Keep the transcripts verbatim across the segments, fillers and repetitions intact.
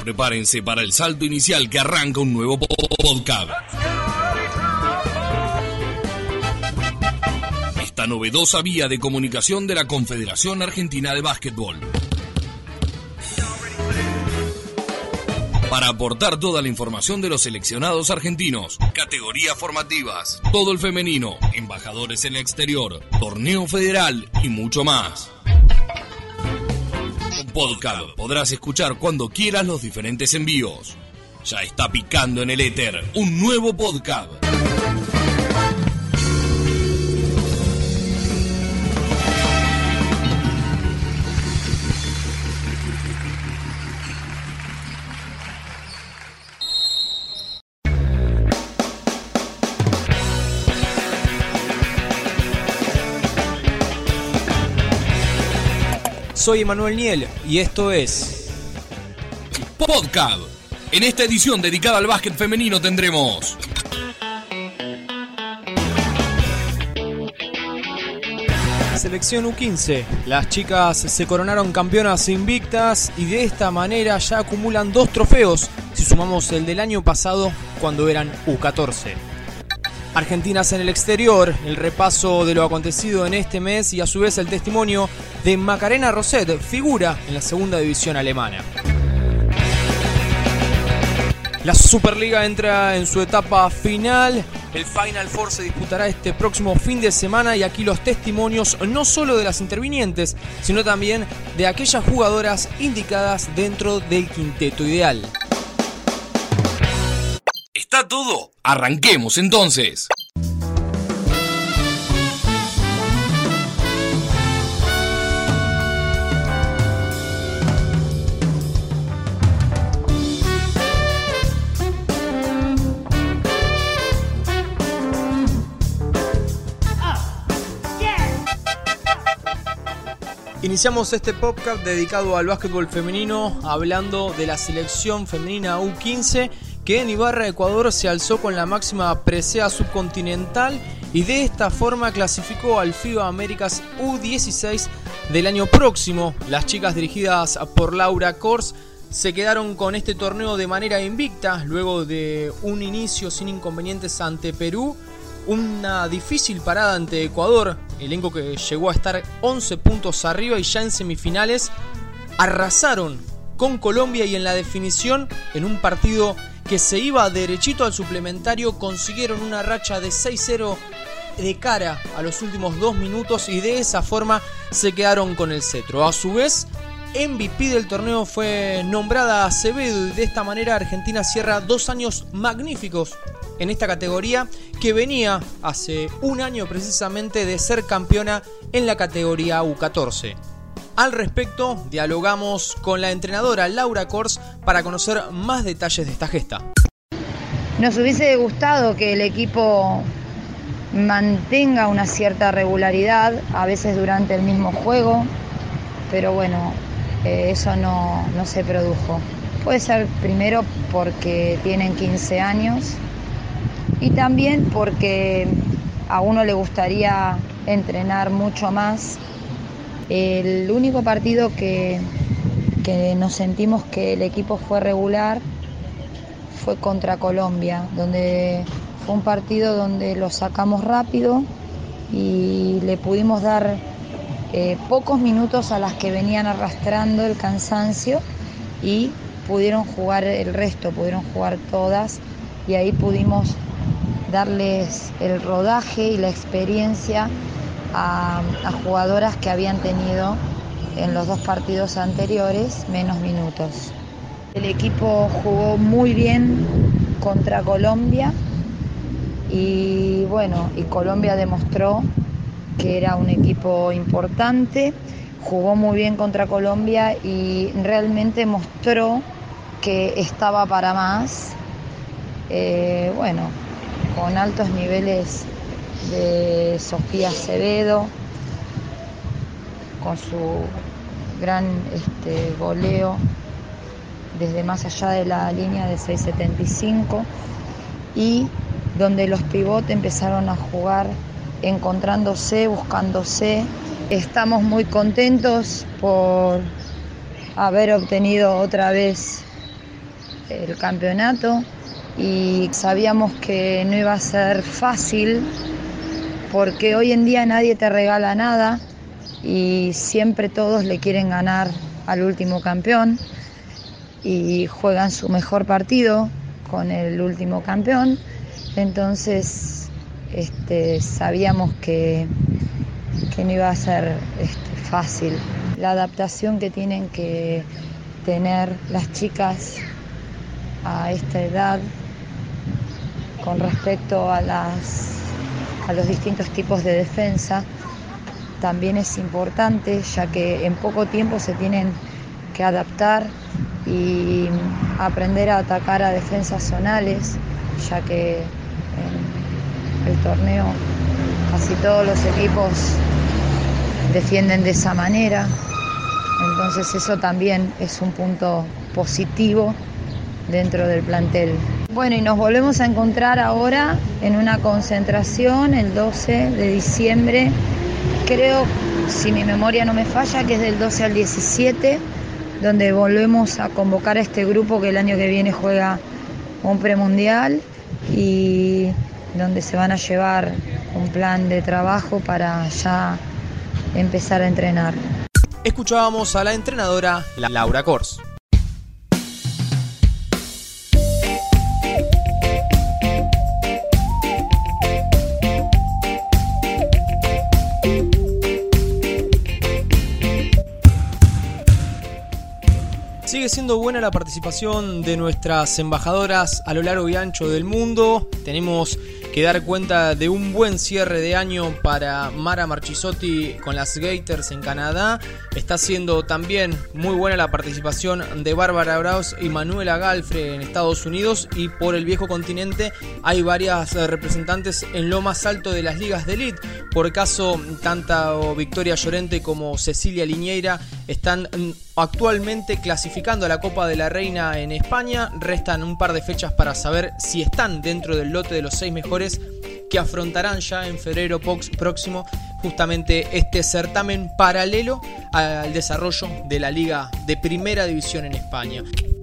Prepárense para el salto inicial que arranca un nuevo podcast. Esta novedosa vía de comunicación de la Confederación Argentina de Básquetbol. Para aportar toda la información de los seleccionados argentinos, categorías formativas, todo el femenino, embajadores en el exterior, torneo federal y mucho más. Con podcast podrás escuchar cuando quieras los diferentes envíos. Ya está picando en el éter un nuevo podcast. Soy Emanuel Niel y esto es Podcast. En esta edición dedicada al básquet femenino tendremos Selección U quince. Las chicas se coronaron campeonas invictas y de esta manera ya acumulan dos trofeos si sumamos el del año pasado cuando eran U catorce. Argentinas en el exterior, el repaso de lo acontecido en este mes y a su vez el testimonio de Macarena Roset, figura en la segunda división alemana. La Superliga entra en su etapa final, el Final Four se disputará este próximo fin de semana y aquí los testimonios no solo de las intervinientes, sino también de aquellas jugadoras indicadas dentro del quinteto ideal. ¿Está todo? Arranquemos entonces. Iniciamos este podcast dedicado al básquetbol femenino hablando de la selección femenina U quince que en Ibarra, Ecuador, se alzó con la máxima presea subcontinental y de esta forma clasificó al FIBA Américas U dieciséis del año próximo. Las chicas dirigidas por Laura Kors se quedaron con este torneo de manera invicta luego de un inicio sin inconvenientes ante Perú. Una difícil parada ante Ecuador, elenco que llegó a estar once puntos arriba y ya en semifinales arrasaron con Colombia y en la definición, en un partido que se iba derechito al suplementario, consiguieron una racha de seis cero de cara a los últimos dos minutos y de esa forma se quedaron con el cetro. A su vez, M V P del torneo fue nombrada Acevedo y de esta manera Argentina cierra dos años magníficos en esta categoría que venía hace un año precisamente de ser campeona en la categoría U catorce. Al respecto, dialogamos con la entrenadora Laura Kors para conocer más detalles de esta gesta. Nos hubiese gustado que el equipo mantenga una cierta regularidad, a veces durante el mismo juego, pero bueno, eh, eso no, no se produjo. Puede ser primero porque tienen quince años y también porque a uno le gustaría entrenar mucho más. El único partido que, que nos sentimos que el equipo fue regular fue contra Colombia, donde fue un partido donde lo sacamos rápido y le pudimos dar eh, pocos minutos a las que venían arrastrando el cansancio y pudieron jugar el resto, pudieron jugar todas y ahí pudimos darles el rodaje y la experiencia A, a jugadoras que habían tenido en los dos partidos anteriores menos minutos. El equipo jugó muy bien contra Colombia y bueno, y Colombia demostró que era un equipo importante, jugó muy bien contra Colombia y realmente mostró que estaba para más, eh, bueno, con altos niveles de Sofía Acevedo, con su gran este, goleo desde más allá de la línea de seis setenta y cinco y donde los pivotes empezaron a jugar encontrándose, buscándose. Estamos muy contentos por haber obtenido otra vez el campeonato y sabíamos que no iba a ser fácil porque hoy en día nadie te regala nada y siempre todos le quieren ganar al último campeón y juegan su mejor partido con el último campeón. Entonces este, sabíamos que, que no iba a ser este, fácil. La adaptación que tienen que tener las chicas a esta edad con respecto a, las, a los distintos tipos de defensa también es importante, ya que en poco tiempo se tienen que adaptar y aprender a atacar a defensas zonales, ya que en el torneo casi todos los equipos defienden de esa manera. Entonces eso también es un punto positivo dentro del plantel. Bueno, y nos volvemos a encontrar ahora en una concentración el doce de diciembre, creo, si mi memoria no me falla, que es del doce al diecisiete, donde volvemos a convocar a este grupo que el año que viene juega un premundial y donde se van a llevar un plan de trabajo para ya empezar a entrenar. Escuchábamos a la entrenadora Laura Kors. Sigue siendo buena la participación de nuestras embajadoras a lo largo y ancho del mundo. Tenemos que dar cuenta de un buen cierre de año para Mara Marchisotti con las Gators en Canadá. Está siendo también muy buena la participación de Bárbara Braus y Manuela Galfre en Estados Unidos, y por el viejo continente hay varias representantes en lo más alto de las ligas de elite. Por caso, tanto Victoria Llorente como Cecilia Liñeira están actualmente clasificando a la Copa de la Reina en España. Restan un par de fechas para saber si están dentro del lote de los seis mejores que afrontarán ya en febrero próximo justamente este certamen paralelo al desarrollo de la Liga de Primera División en España.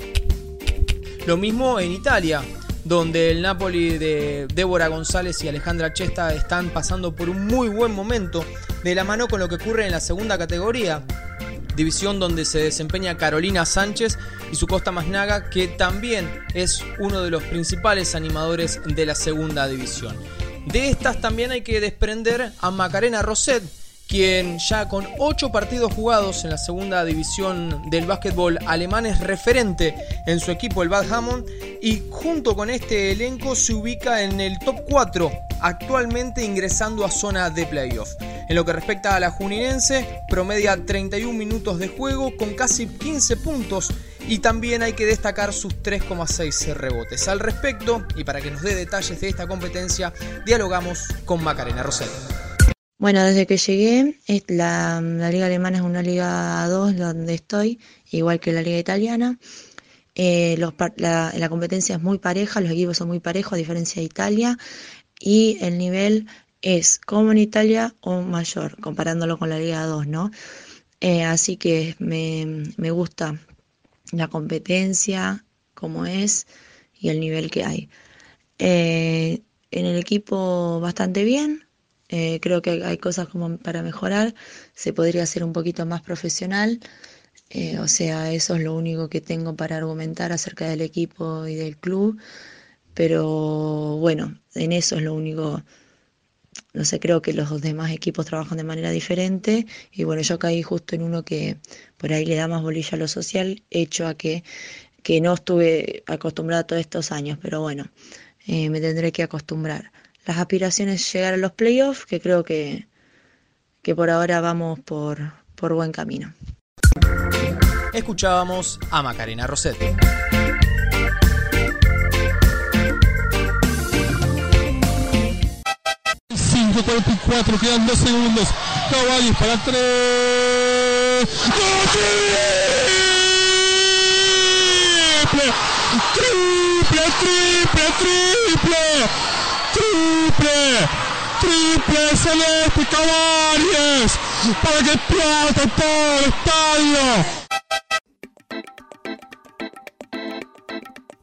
Lo mismo en Italia, donde el Napoli de Débora González y Alejandra Chesta están pasando por un muy buen momento de la mano con lo que ocurre en la segunda categoría, división donde se desempeña Carolina Sánchez y su Costa Masnaga, que también es uno de los principales animadores de la segunda división. De estas también hay que desprender a Macarena Roset, quien ya con ocho partidos jugados en la segunda división del básquetbol alemán es referente en su equipo, el Bad Hammond, y junto con este elenco se ubica en el top cuatro, actualmente ingresando a zona de playoff. En lo que respecta a la juninense, promedia treinta y un minutos de juego con casi quince puntos, y también hay que destacar sus tres coma seis rebotes. Al respecto, y para que nos dé detalles de esta competencia, dialogamos con Macarena Roset. Bueno, desde que llegué, la, la liga alemana es una liga dos donde estoy, igual que la liga italiana. Eh, los, la, la competencia es muy pareja, los equipos son muy parejos a diferencia de Italia, y el nivel es como en Italia o mayor, comparándolo con la liga dos, ¿no? Eh, así que me, me gusta la competencia, como es, y el nivel que hay. Eh, en el equipo bastante bien. Eh, creo que hay cosas como para mejorar, se podría hacer un poquito más profesional, eh, o sea, eso es lo único que tengo para argumentar acerca del equipo y del club, pero bueno, en eso es lo único, no sé, creo que los demás equipos trabajan de manera diferente, y bueno, yo caí justo en uno que por ahí le da más bolilla a lo social, hecho a que, que no estuve acostumbrada todos estos años, pero bueno, eh, me tendré que acostumbrar. Las aspiraciones es llegar a los playoffs, que creo que, que por ahora vamos por, por buen camino. Escuchábamos a Macarena Roset. cinco cuarenta y cuatro, quedan dos segundos. Caballos para tres. ¡Triple! ¡Triple! ¡Triple! ¡Triple! ¡Triple Celeste Cavaliers! ¡Para que explote todo el estadio!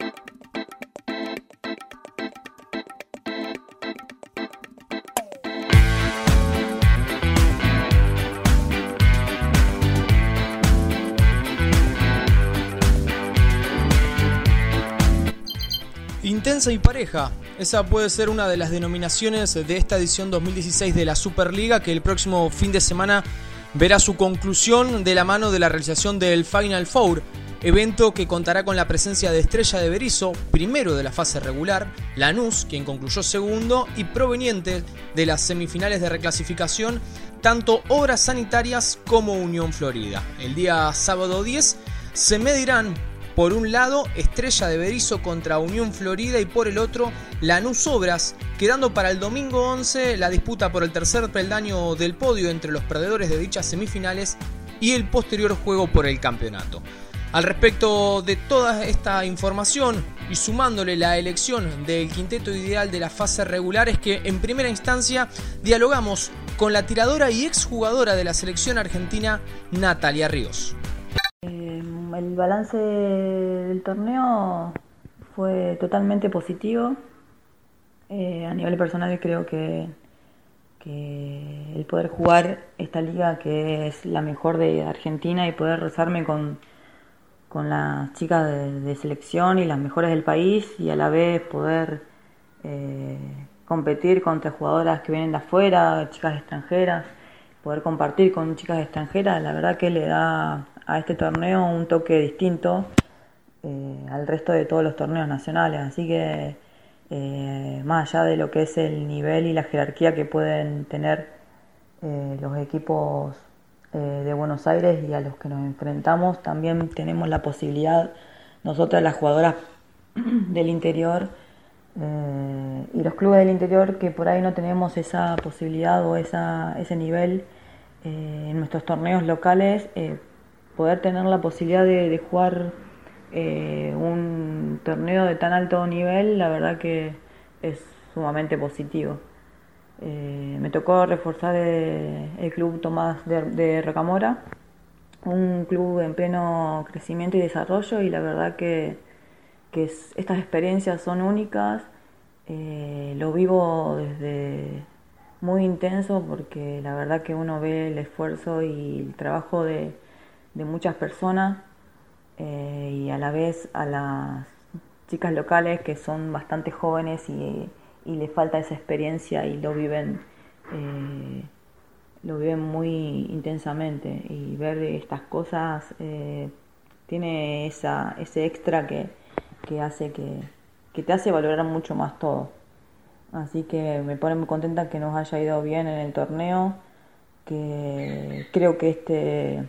intensa y pareja. Esa puede ser una de las denominaciones de esta edición dos mil dieciséis de la Superliga, que el próximo fin de semana verá su conclusión de la mano de la realización del Final Four, evento que contará con la presencia de Estrella de Berisso, primero de la fase regular, Lanús, quien concluyó segundo, y provenientes de las semifinales de reclasificación, tanto Obras Sanitarias como Unión Florida. El día sábado diez se medirán, por un lado, Estrella de Berisso contra Unión Florida y por el otro, Lanús Obras, quedando para el domingo once la disputa por el tercer peldaño del podio entre los perdedores de dichas semifinales y el posterior juego por el campeonato. Al respecto de toda esta información y sumándole la elección del quinteto ideal de la fase regular, es que en primera instancia dialogamos con la tiradora y exjugadora de la selección argentina, Natalia Ríos. El balance del torneo fue totalmente positivo. Eh, a nivel personal creo que, que el poder jugar esta liga, que es la mejor de Argentina, y poder rozarme con, con las chicas de, de selección y las mejores del país, y a la vez poder eh, competir contra jugadoras que vienen de afuera, chicas extranjeras, poder compartir con chicas extranjeras, la verdad que le da a este torneo un toque distinto eh, al resto de todos los torneos nacionales. Así que eh, más allá de lo que es el nivel y la jerarquía que pueden tener eh, los equipos eh, de Buenos Aires y a los que nos enfrentamos, también tenemos la posibilidad, nosotras las jugadoras del interior eh, y los clubes del interior, que por ahí no tenemos esa posibilidad o esa, ese nivel eh, en nuestros torneos locales, eh, poder tener la posibilidad de, de jugar eh, un torneo de tan alto nivel, la verdad que es sumamente positivo. Eh, me tocó reforzar el, el club Tomás de, de Rocamora, un club en pleno crecimiento y desarrollo, y la verdad que, que es, estas experiencias son únicas. Eh, lo vivo desde muy intenso, porque la verdad que uno ve el esfuerzo y el trabajo de de muchas personas eh, y a la vez a las chicas locales, que son bastante jóvenes y, y les falta esa experiencia y lo viven eh, lo viven muy intensamente, y ver estas cosas eh, tiene esa ese extra que, que hace que, que te hace valorar mucho más todo. Así que me pone muy contenta que nos haya ido bien en el torneo, que creo que este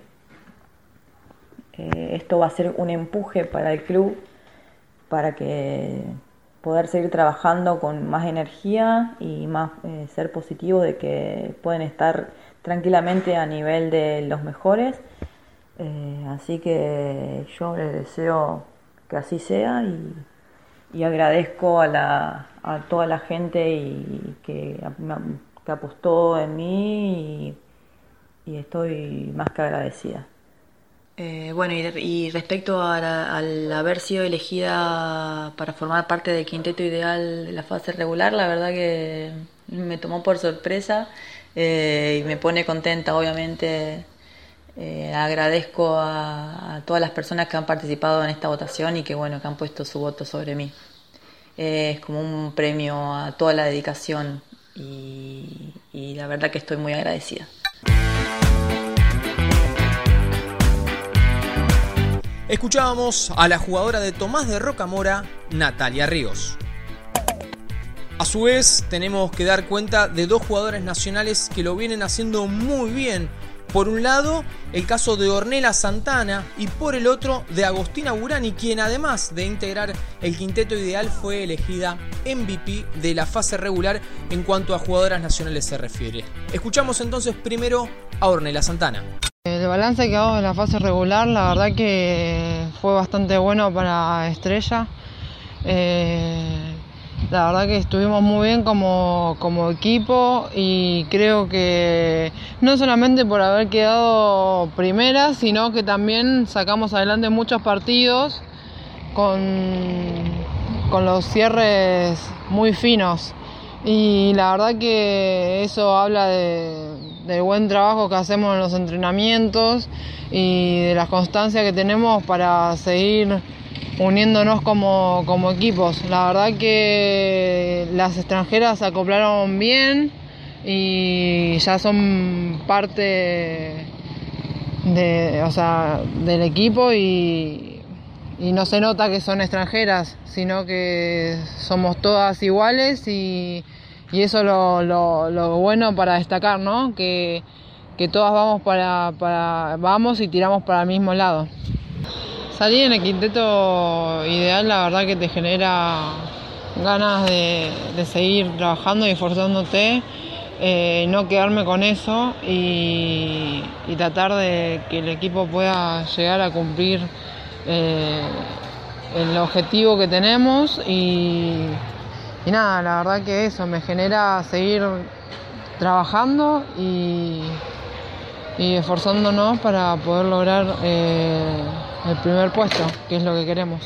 Eh, esto va a ser un empuje para el club, para que poder seguir trabajando con más energía y más eh, ser positivo de que pueden estar tranquilamente a nivel de los mejores. Eh, así que yo les deseo que así sea, y, y agradezco a, la, a toda la gente y que, que apostó en mí, y, y estoy más que agradecida. Eh, bueno, y, y respecto a la, al haber sido elegida para formar parte del quinteto ideal de la fase regular, la verdad que me tomó por sorpresa eh, y me pone contenta, obviamente. Eh, agradezco a, a todas las personas que han participado en esta votación y que, bueno, que han puesto su voto sobre mí. Eh, es como un premio a toda la dedicación, y, y la verdad que estoy muy agradecida. Escuchábamos a la jugadora de Tomás de Rocamora, Natalia Ríos. A su vez, tenemos que dar cuenta de dos jugadores nacionales que lo vienen haciendo muy bien. Por un lado, el caso de Ornella Santana, y por el otro, de Agostina Burani, quien además de integrar el quinteto ideal fue elegida M V P de la fase regular en cuanto a jugadoras nacionales se refiere. Escuchamos entonces primero a Ornella Santana. El balance que hago en la fase regular, la verdad que fue bastante bueno para Estrella. Eh, la verdad que estuvimos muy bien como, como equipo, y creo que no solamente por haber quedado primera, sino que también sacamos adelante muchos partidos con, con los cierres muy finos. Y la verdad que eso habla de, del buen trabajo que hacemos en los entrenamientos y de la constancia que tenemos para seguir uniéndonos como, como equipos. La verdad que las extranjeras se acoplaron bien y ya son parte de, o sea, del equipo y, y no se nota que son extranjeras, sino que somos todas iguales y, y eso es lo, lo, lo bueno para destacar, ¿no? Que, que todas vamos para, para vamos y tiramos para el mismo lado. Salir en el quinteto ideal, la verdad que te genera ganas de, de seguir trabajando y esforzándote, eh, no quedarme con eso y, y tratar de que el equipo pueda llegar a cumplir eh, el objetivo que tenemos y, y nada, la verdad que eso me genera seguir trabajando y, y esforzándonos para poder lograr eh, el primer puesto, que es lo que queremos.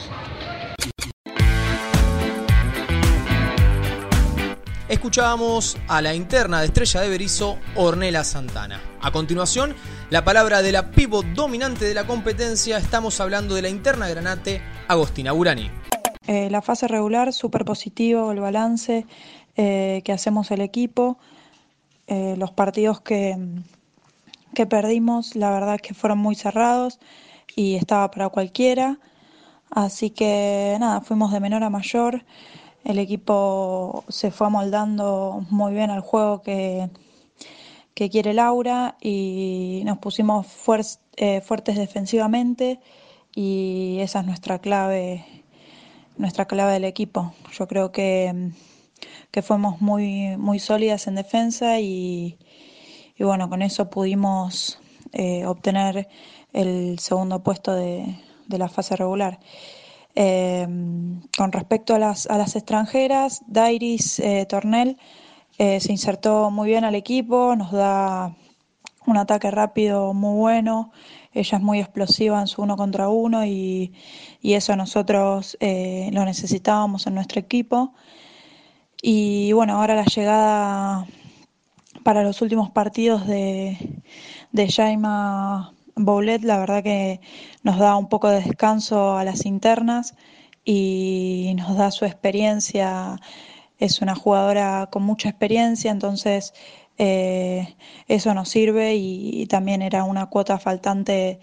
Escuchábamos a la interna de Estrella de Berisso, Ornella Santana. A continuación, la palabra de la pívot dominante de la competencia. Estamos hablando de la interna granate, Agostina Burani. Eh, la fase regular, súper positivo, el balance eh, que hacemos el equipo. Eh, los partidos que, que perdimos, la verdad es que fueron muy cerrados y estaba para cualquiera. Así que nada, fuimos de menor a mayor. El equipo se fue amoldando muy bien al juego que, que quiere Laura y nos pusimos fuer- eh, fuertes defensivamente y esa es nuestra clave, nuestra clave del equipo. Yo creo que, que fuimos muy, muy sólidas en defensa y, y bueno, con eso pudimos eh, obtener el segundo puesto de, de la fase regular. Eh, con respecto a las, a las extranjeras, Dairis eh, Tornel eh, se insertó muy bien al equipo, nos da un ataque rápido muy bueno, ella es muy explosiva en su uno contra uno y, y eso nosotros eh, lo necesitábamos en nuestro equipo. Y bueno, ahora la llegada para los últimos partidos de, de Jaima Boulet, la verdad que nos da un poco de descanso a las internas y nos da su experiencia. Es una jugadora con mucha experiencia, entonces eh, eso nos sirve y, y también era una cuota faltante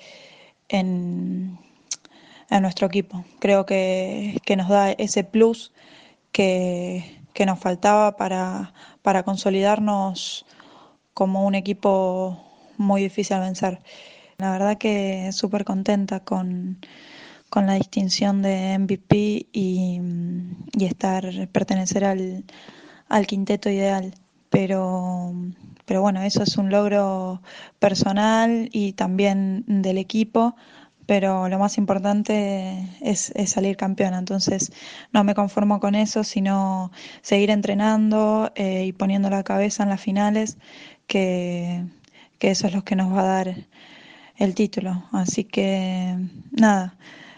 en, en nuestro equipo. Creo que, que nos da ese plus que, que nos faltaba para, para consolidarnos como un equipo muy difícil de vencer. La verdad que súper contenta con, con la distinción de M V P y, y estar, pertenecer al, al quinteto ideal. Pero, pero bueno, eso es un logro personal y también del equipo, pero lo más importante es, es salir campeona. Entonces no me conformo con eso, sino seguir entrenando eh, y poniendo la cabeza en las finales, que, que eso es lo que nos va a dar el título. Así que nada,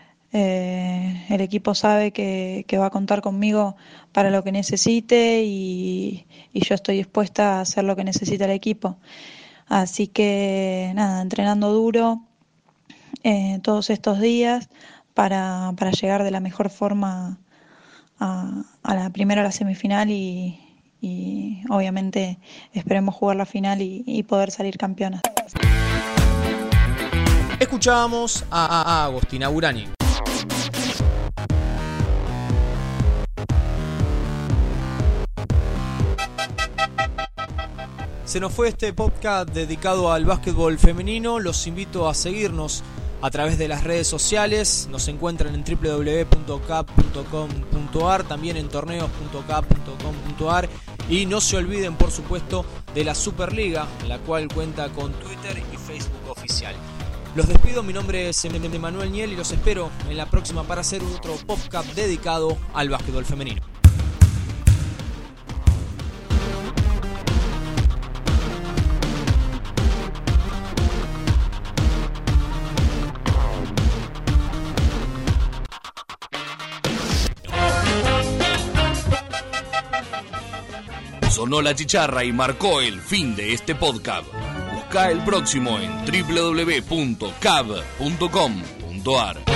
eh, el equipo sabe que, que va a contar conmigo para lo que necesite y, y yo estoy dispuesta a hacer lo que necesita el equipo. Así que nada, entrenando duro eh, todos estos días para, para llegar de la mejor forma a, a la primera a la semifinal y, y obviamente esperemos jugar la final y, y poder salir campeonas. Escuchábamos a, a, a Agostina Burani. Se nos fue este podcast dedicado al básquetbol femenino. Los invito a seguirnos a través de las redes sociales. Nos encuentran en doble u doble u doble u punto cap punto com punto a r, también en torneos punto cap punto com punto a r. Y no se olviden, por supuesto, de la Superliga, la cual cuenta con Twitter y Facebook oficial. Los despido, mi nombre es Manuel Niel y los espero en la próxima para hacer otro podcast dedicado al básquetbol femenino. Sonó la chicharra y marcó el fin de este podcast. Busca el próximo en doble u doble u doble u punto cab punto com punto a r.